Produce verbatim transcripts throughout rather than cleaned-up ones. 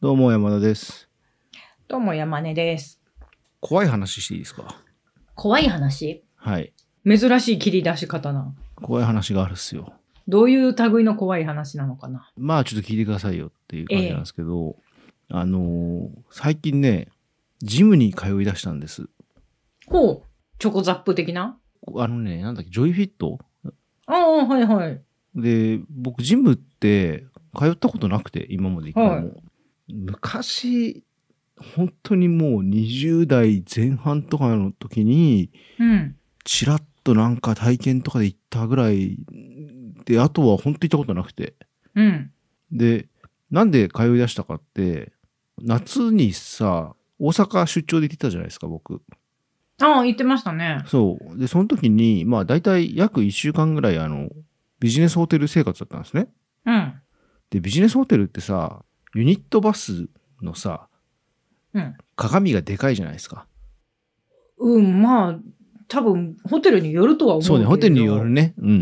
どうも山田です。 どうも山根です。 怖い話していいですか？ 怖い話？ はい。 珍しい切り出し方な。 怖い話があるっすよ。 どういう類の怖い話なのかな。 まあちょっと聞いてくださいよっていう感じなんですけど、えー、あのー、最近ね、ジムに通い出したんです。 ほう。チョコザップ的な？ あのね、なんだっけ、ジョイフィット？ ああ、はいはい。 で、僕ジムって通ったことなくて、今まで一回も。はい、昔、本当にもうにじゅう代前半とかの時に、うん。チラッとなんか体験とかで行ったぐらいで、あとは本当に行ったことなくて。うん。で、なんで通い出したかって、夏にさ、大阪出張で行ってたじゃないですか、僕。 ああ、行ってましたね。 そう。で、その時に、まあ大体約いっしゅうかんぐらい、あの、ビジネスホテル生活だったんですね。うん。で、ビジネスホテルってさ、ユニットバスのさ、うん、鏡がでかいじゃないですか。 うん、まあ、多分、ホテルによるとは思うけど。 そうね、ホテルによるね。うん。うん、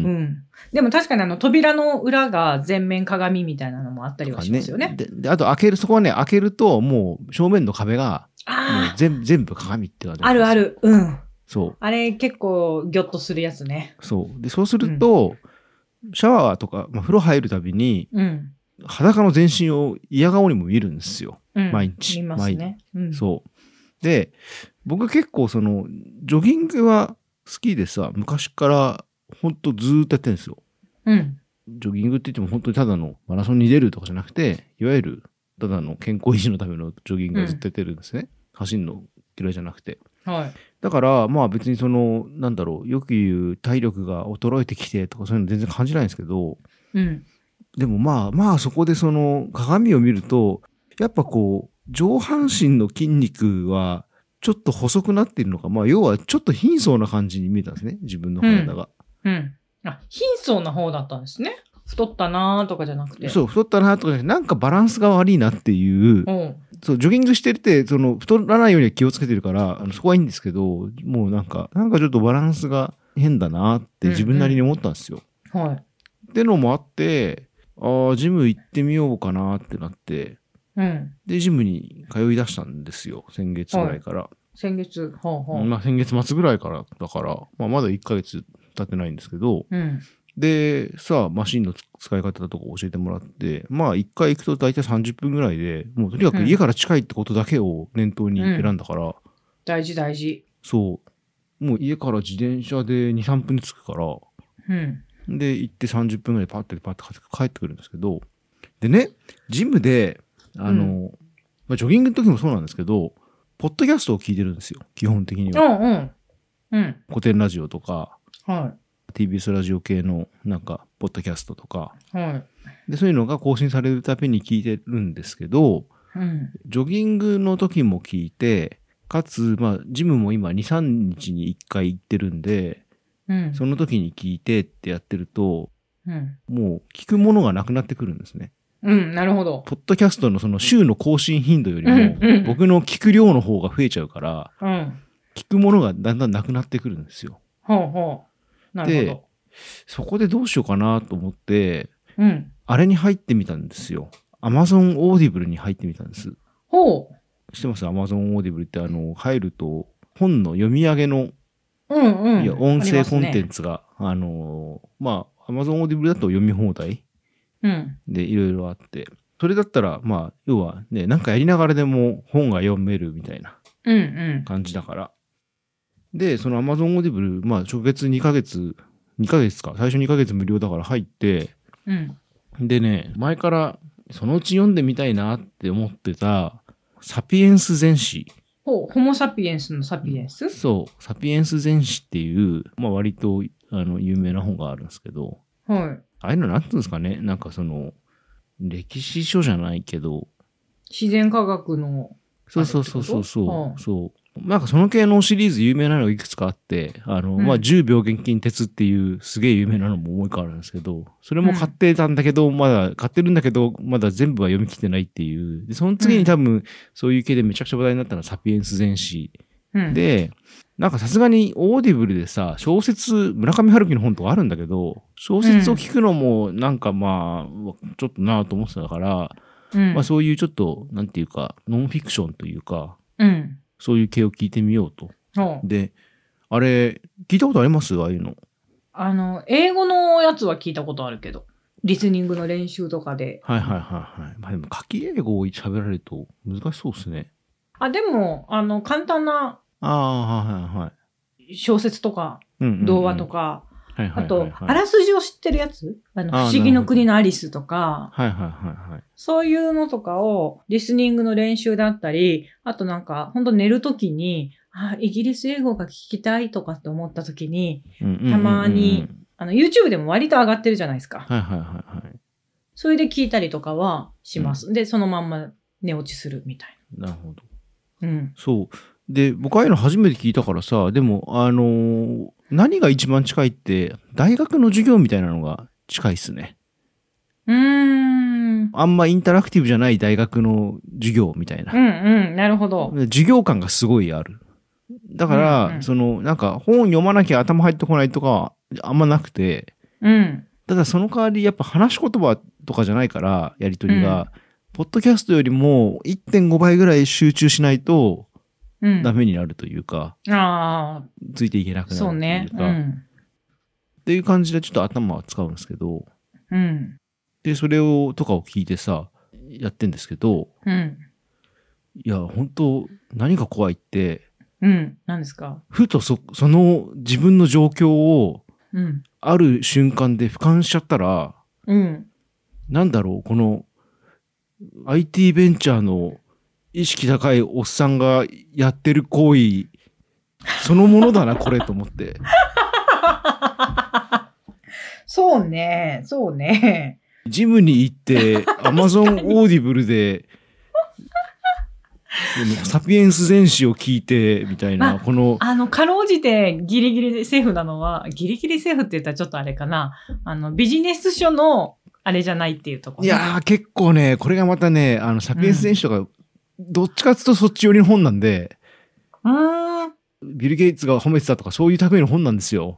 でも確かにあの、扉の裏が全面鏡みたいなのもあったりはしますよね。 ねで、で、あと開ける、そこはね、開けると、もう正面の壁が、もう全全部鏡って感じ。 あるある。うん。 そう。 あれ結構ギョッとするやつね。 そう。で、そうすると、うん、シャワーとか、まあ、風呂入るたびに、うん、裸の全身を嫌顔にも見るんですよ。うん、毎日。 見ますね。 うん、そう。で、僕結構その、ジョギングは好きでさ、昔からほんとずーっとやってるんですよ。うん。ジョギングって言っても本当にただのマラソンに出るとかじゃなくて、いわゆるただの健康維持のためのジョギングをずっとやってるんですね。うん、走るの嫌いじゃなくて。はい。だから、まあ別にその、なんだろう、よく言う体力が衰えてきてとかそういうの全然感じないんですけど、うん。でもまあまあそこでその鏡を見ると、やっぱこう、上半身の筋肉はちょっと細くなっているのか、まあ要はちょっと貧相な感じに見えたんですね、自分の体が。 うん。うん、あ、貧相な方だったんですね。太ったなーとかじゃなくて。 そう、太ったなーとかじゃなくて、なんかバランスが悪いなっていう、うん、そう、ジョギングしてて、その、太らないようには気をつけてるから、あのそこはいいんですけど、もうなんか、なんかちょっとバランスが変だなって自分なりに思ったんですよ。うんうん、はい。ってのもあって、ああ、ジム行ってみようかなってなって、うん、で、ジムに通い出したんですよ。先月ぐらいから。はい、 先月、はあはあ、 まあ先月末ぐらいからだから、まあまだいっかげつ経ってないんですけど、うん、で、さあ、マシンの使い方とか教えてもらって、まあいっかい行くと大体さんじゅっぷんぐらいで、もうとにかく家から近いってことだけを念頭に選んだから。うん、 大事大事。 そう。もう家から自転車でに、さんぷんで着くから、うん、で、行ってさんじゅっぷんぐらいパッてパッて帰ってくるんですけど、でね、ジムで、あの、うん、まあ、ジョギングの時もそうなんですけど、ポッドキャストを聞いてるんですよ、基本的には。うんうん。うん。古典ラジオとか、はい。ティービーエス ラジオ系の、なんか、ポッドキャストとか、はい。で、そういうのが更新されるたびに聞いてるんですけど、うん。ジョギングの時も聞いて、かつ、まあ、ジムも今に、さんにちにいっかい行ってるんで、うん。その時に聞いてってやってると、うん。もう、聞くものがなくなってくるんですね。 うん、なるほど。 ポッドキャストのその週の更新頻度よりも、僕の聞く量の方が増えちゃうから、うん、聞くものがだんだんなくなってくるんですよ。 ほうほう。なるほど。 で、そこでどうしようかなと思って、うん、あれに入ってみたんですよ。Amazon Audible に入ってみたんです。 ほう。 知ってます Amazon Audible ってあの、入ると本の読み上げの、 うんうん、 いや音声コンテンツが、あ, ね、あの、まあ、Amazon Audible だと読み放題。うん、で、いろいろあって。それだったら、まあ、要はね、なんかやりながらでも本が読めるみたいな感じだから。うんうん、で、その Amazon Audible、まあ、初月にかげつ、にかげつか、最初にかげつ無料だから入って、うん、でね、前からそのうち読んでみたいなって思ってた、サピエンス全史。 ほう、ホモサピエンスのサピエンス？ そう、サピエンス全史っていう、まあ割と、あの、有名な本があるんですけど、はい。ああいうのなんていうんですかね、なんかその、歴史書じゃないけど。 自然科学の。 そうそうそうそうそう、はあ。そう。なんかその系のシリーズ有名なのがいくつかあって、あの、うん、まあ、じゅうびょう現金鉄っていうすげえ有名なのも思い浮かぶんですけど、それも買ってたんだけど、うん、まだ、買ってるんだけど、まだ全部は読み切ってないっていう。で、その次に多分、そういう系でめちゃくちゃ話題になったのはサピエンス全史。うん、で、なんかさすがにオーディブルでさ、小説、村上春樹の本とかあるんだけど、小説を聞くのもなんかまあ、ちょっとなぁと思ってたから、 うん、 まあそういうちょっと、なんていうか、ノンフィクションというか、 うん、 そういう系を聞いてみようと。 うん、 で、あれ、聞いたことあります？ああいうの。 あの、英語のやつは聞いたことあるけど。リスニングの練習とかで。 はいはいはいはい。まあでも書き英語を喋られると難しそうですね。 あ、でも、あの、簡単なああ、はいはいはい。 小説とか、 うんうんうん、 童話とか、 はいはいはいはい、 あと、あらすじを知ってるやつあの、 あ不思議の国のアリスとか、 はいはいはいはい。 そういうのとかを、リスニングの練習だったり、あとなんか、ほんと寝るときに、あ、イギリス英語が聞きたいとかって思ったときに、たまに、あの、YouTube でも割と上がってるじゃないですか。 はいはいはいはい。 それで聞いたりとかはします。うん、で、そのまんま寝落ちするみたいな。なるほど。 うん。 そう。で、僕ああいうの初めて聞いたからさ、でも、あのー、何が一番近いって、大学の授業みたいなのが近いっすね。 うーん。 あんまインタラクティブじゃない大学の授業みたいな。 うんうん、なるほど。 授業感がすごいある。だから、うんうん、その、なんか本読まなきゃ頭入ってこないとかあんまなくて、 うん。 ただその代わりやっぱ話し言葉とかじゃないから、やりとりが、うん、ポッドキャストよりも いってんご 倍ぐらい集中しないと、ダメになるというか、 うん、あついていけなくなるというか、 そうね、うん、 っていう感じでちょっと頭は使うんですけど、 うん、 で、それを、とかを聞いてさ、やってんですけど、 うん、 いや、本当何が怖いって、 うん、何ですか？ ふとそ、その自分の状況を、 うん、 ある瞬間で俯瞰しちゃったら、 うん、 なんだろう、この、アイティー ベンチャーの意識高いおっさんがやってる行為、そのものだな、これ、と思って。 そうね、そうね。 ジムに行って、アマゾンオーディブルで、サピエンス全史を聞いて、みたいな、 まあ、 この。 あの、かろうじてギリギリセーフなのは、ギリギリセーフって言ったらちょっとあれかな。あの、ビジネス書の、あれじゃないっていうところ、ね。 いやー、結構ね、これがまたね、あの、サピエンス全史とか、うん、どっちかっていうとそっち寄りの本なんで、 うーん。 ビル・ゲイツが褒めてたとか、そういう類の本なんですよ。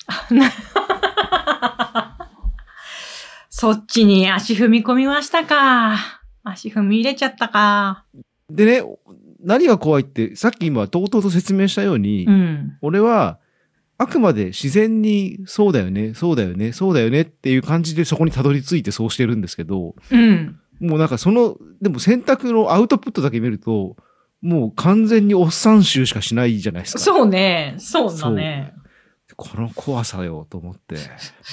そっちに足踏み込みましたか。足踏み入れちゃったか。 でね、何が怖いって、さっき今、とうとうと説明したように、うん、俺は、あくまで自然に、そうだよね、そうだよね、そうだよねっていう感じでそこにたどり着いてそうしてるんですけど、 うん、 もうなんかその、でも選択のアウトプットだけ見ると、もう完全におっさん臭しかしないじゃないですか。 そうね、そうだね。 この怖さよ、と思って。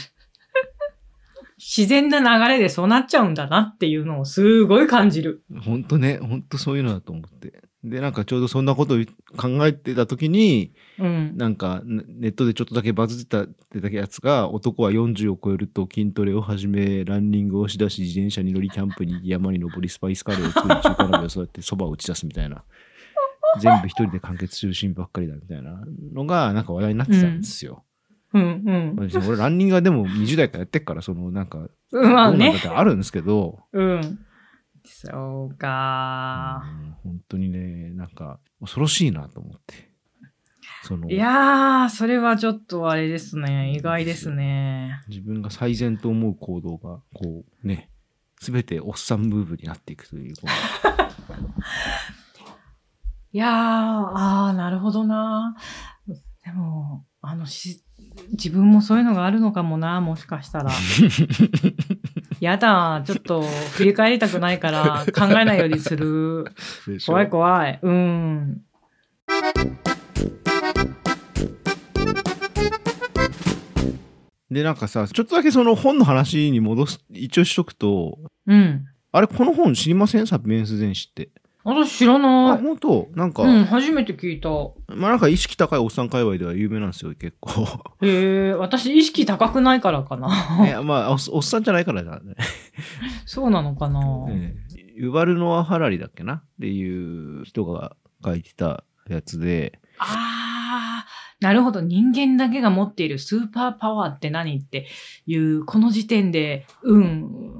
自然な流れでそうなっちゃうんだなっていうのをすごい感じる。 ほんとね、ほんとそういうのだと思って。で、なんかちょうどそんなことを考えてた時に、うん、なんかネットでちょっとだけバズってたってたやつが、男はよんじゅうを超えると筋トレを始め、ランニングをしだし、自転車に乗りキャンプに山に登り、スパイスカレーを作り、中華鍋を育てて蕎麦を打ち出すみたいな。全部一人で完結するシーンばっかりだみたいなのが、なんか話題になってたんですよ。 うんうんうん、 俺ランニングはでもにじゅう代からやってっから、そのなんか、 まあね、どうなんだってあるんですけど、 うん。そうか、 うん。本当にね、なんか恐ろしいなと思って。 そのいやー、それはちょっとあれですね、意外ですね。 自分が最善と思う行動が、こうね、すべておっさんムーブになっていくという。 いやー、あー、なるほどな。でも、あのし、自分もそういうのがあるのかもな、もしかしたら。やだ、ちょっと振り返りたくないから考えないようにする。怖い怖い。うん。 で、なんかさ、ちょっとだけその本の話に戻す、一応しとくと、 うん。 あれ、この本知りません？サピエンス全史って。 私知らない。 あ、本当？なんか。 うん、初めて聞いた。 まあなんか意識高いおっさん界隈では有名なんですよ、結構。 へえ、私意識高くないからかな。 いや、まあお、おっさんじゃないからだね。 そうなのかな。 ね、ユバルノア・ハラリだっけなっていう人が書いてたやつで。 ああ、なるほど。人間だけが持っているスーパーパワーって何っていう、この時点で、うん、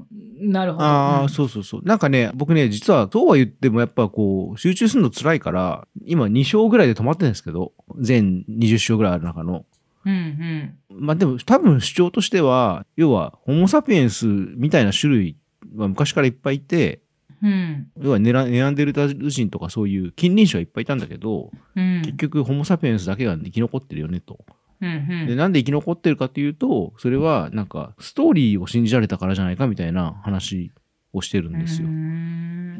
なるほど。 ああ、 うん、 そうそうそう。なんかね、僕ね、実は、そうは言ってもやっぱこう、集中するの辛いから、今に章ぐらいで止まってるんですけど、全にじゅっ章ぐらいある中の。 うんうん。 まあでも多分主張としては、要は、ホモ・サピエンスみたいな種類は昔からいっぱいいて、 うん、 要はネラ、ネアンデルタル人とかそういう近隣種はいっぱいいたんだけど、うん、結局ホモ・サピエンスだけが生き残ってるよねと。 うんうん、 でなんで生き残ってるかっていうと、それはなんかストーリーを信じられたからじゃないかみたいな話をしてるんですよ。うん、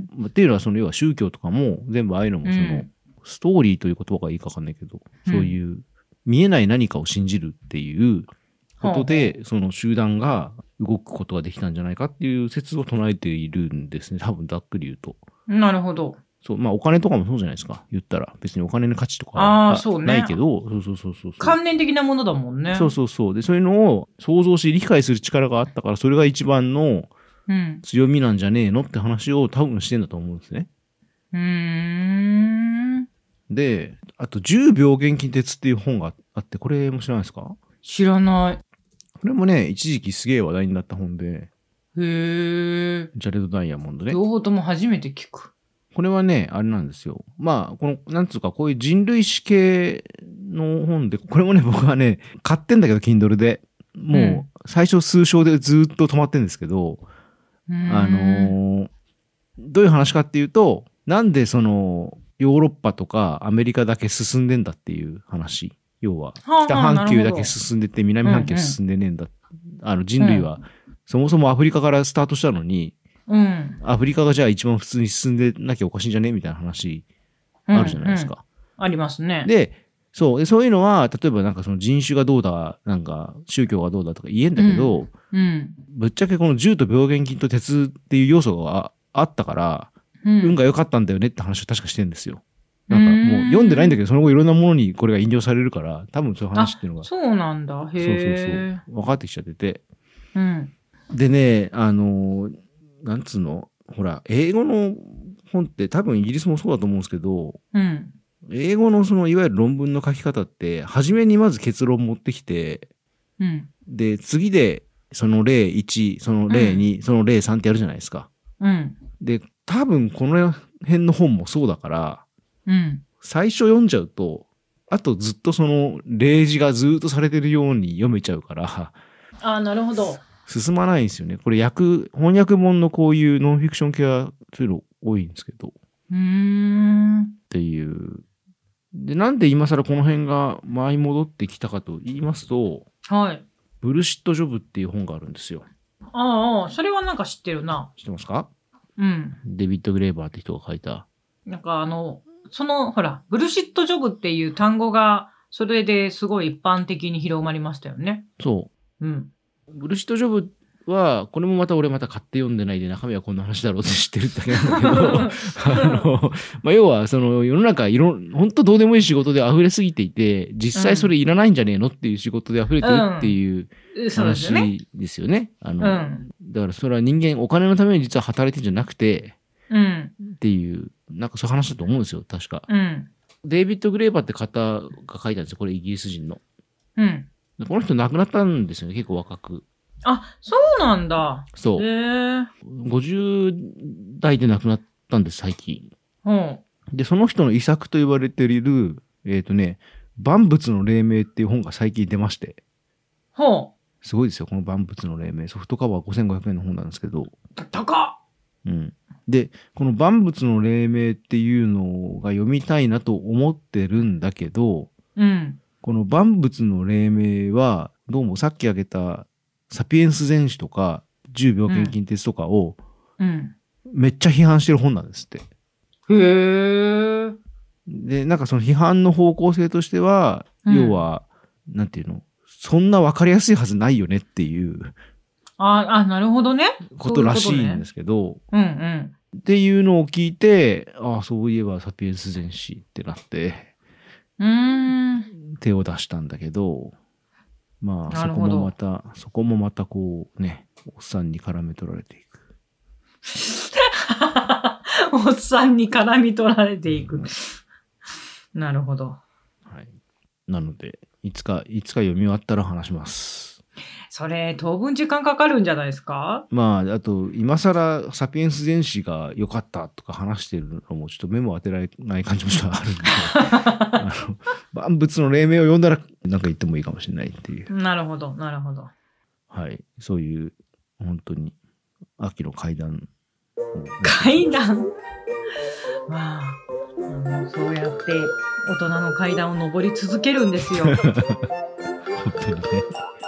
っていうのはその要は宗教とかも全部ああいうのもその、うん、ストーリーという言葉がいいかわかんないけど、そういう見えない何かを信じるっていうことで、うん、その集団が動くことができたんじゃないかっていう説を唱えているんですね。多分ざっくり言うと。 なるほど。 そう、まあお金とかもそうじゃないですか。言ったら。別にお金の価値とかはないけど、そうそうそうそう。 関連的なものだもんね。 そうそうそう。で、そういうのを想像し理解する力があったから、それが一番の強みなんじゃねえのって話を多分してんだと思うんですね。 うーん。 で、あと、じゅうびょう現金鉄っていう本があって、これも知らないですか？ 知らない。 これもね、一時期すげえ話題になった本で。 へー。 ジャレド・ダイヤモンドね。 両方とも初めて聞く。 これはね、あれなんですよ。まあ、この、なんつうか、こういう人類史系の本で、これもね、僕はね、買ってんだけど、Kindle で。もう、最初数章でずっと止まってんですけど、うん、あのー、どういう話かっていうと、なんでその、ヨーロッパとかアメリカだけ進んでんだっていう話。要は、北半球だけ進んでて、南半球進んでねえんだ。うんうん、あの、人類は、そもそもアフリカからスタートしたのに、うん、アフリカがじゃあ一番普通に進んでなきゃおかしいんじゃねみたいな話あるじゃないですか。 うんうん、ありますね。 で、そう、そういうのは、例えばなんかその人種がどうだ、なんか宗教がどうだとか言えんだけど、うんうん、ぶっちゃけこの銃と病原菌と鉄っていう要素があったから、うん、運が良かったんだよねって話を確かしてるんですよ。なんかもう読んでないんだけど、その後いろんなものにこれが引用されるから、多分そういう話っていうのが。 そうなんだ。へー。そうそうそう。分かってきちゃってて。 うん、 でね、あの、なんつうのほら、英語の本って多分イギリスもそうだと思うんですけど、 うん、 英語のそのいわゆる論文の書き方って、初めにまず結論持ってきて、 うん、 で、次でその例いち、その例に、うん、その例さんってやるじゃないですか。 うん、 で、多分この辺の本もそうだから、 うん、 最初読んじゃうと、あとずっとその例示がずっとされてるように読めちゃうから。 ああ、なるほど。 進まないんですよね。これ訳、翻訳本のこういうノンフィクション系はそういうの多いんですけど。 うーん。 っていう。で、なんで今更この辺が舞い戻ってきたかと言いますと、 はい。 ブルシットジョブっていう本があるんですよ。 ああ、それはなんか知ってるな。 知ってますか？ うん。 デビッド・グレーバーって人が書いた。 なんかあの、その、ほら、ブルシットジョブっていう単語が、それですごい一般的に広まりましたよね。 そう。うん。 ブルシットジョブは、これもまた俺また買って読んでないで中身はこんな話だろうって知ってるだけなんだけど、あの、まあ、要はその世の中いろ、本当どうでもいい仕事で溢れすぎていて、実際それいらないんじゃねえのっていう仕事で溢れてるっていう話ですよね。あの、うん、だからそれは人間お金のために実は働いてるんじゃなくて、 うん、 っていう、なんかそういう話だと思うんですよ、確か。 うん、 デイビッド・グレーバーって方が書いたんですよ、これイギリス人の。 うん、 この人亡くなったんですよね、結構若く。 あ、そうなんだ。 そう。 へー。 ごじゅう代で亡くなったんです、最近。 うん。 で、その人の遺作と言われている、えっとね、万物の黎明っていう本が最近出まして。 ほう。すごいですよ、この万物の黎明。ソフトカバーごせんごひゃくえんの本なんですけど。 高っ！ うん。で、この万物の黎明っていうのが読みたいなと思ってるんだけど、 うん。 この万物の黎明は、どうもさっき挙げたサピエンス全史とか、じゅうびょう現金鉄とかを、 うん。 めっちゃ批判してる本なんですって。 へー。 で、なんかその批判の方向性としては、うん、要は、なんていうの、そんなわかりやすいはずないよねっていう。 ああ、なるほどね。 ことらしいんですけど、 うんうん。 っていうのを聞いて、ああ、そういえばサピエンス全史ってなって、 うーん。 手を出したんだけど、まあ、そこもまた、そこもまたこうね、おっさんに絡め取られていく。 おっさんに絡み取られていく。なるほど。 はい。なので、いつか、いつか読み終わったら話します。 それ、当分時間かかるんじゃないですか？ まあ、あと、今更、サピエンス全史が良かったとか話してるのも、ちょっと目も当てられない感じもちょっとあるんで、あの万物の黎明を読んだら、なんか言ってもいいかもしれないっていう。 なるほど、なるほど。 はい。そういう、本当に、秋の怪談階段まあ、あの、そうやって大人の階段を登り続けるんですよ。 本当にね。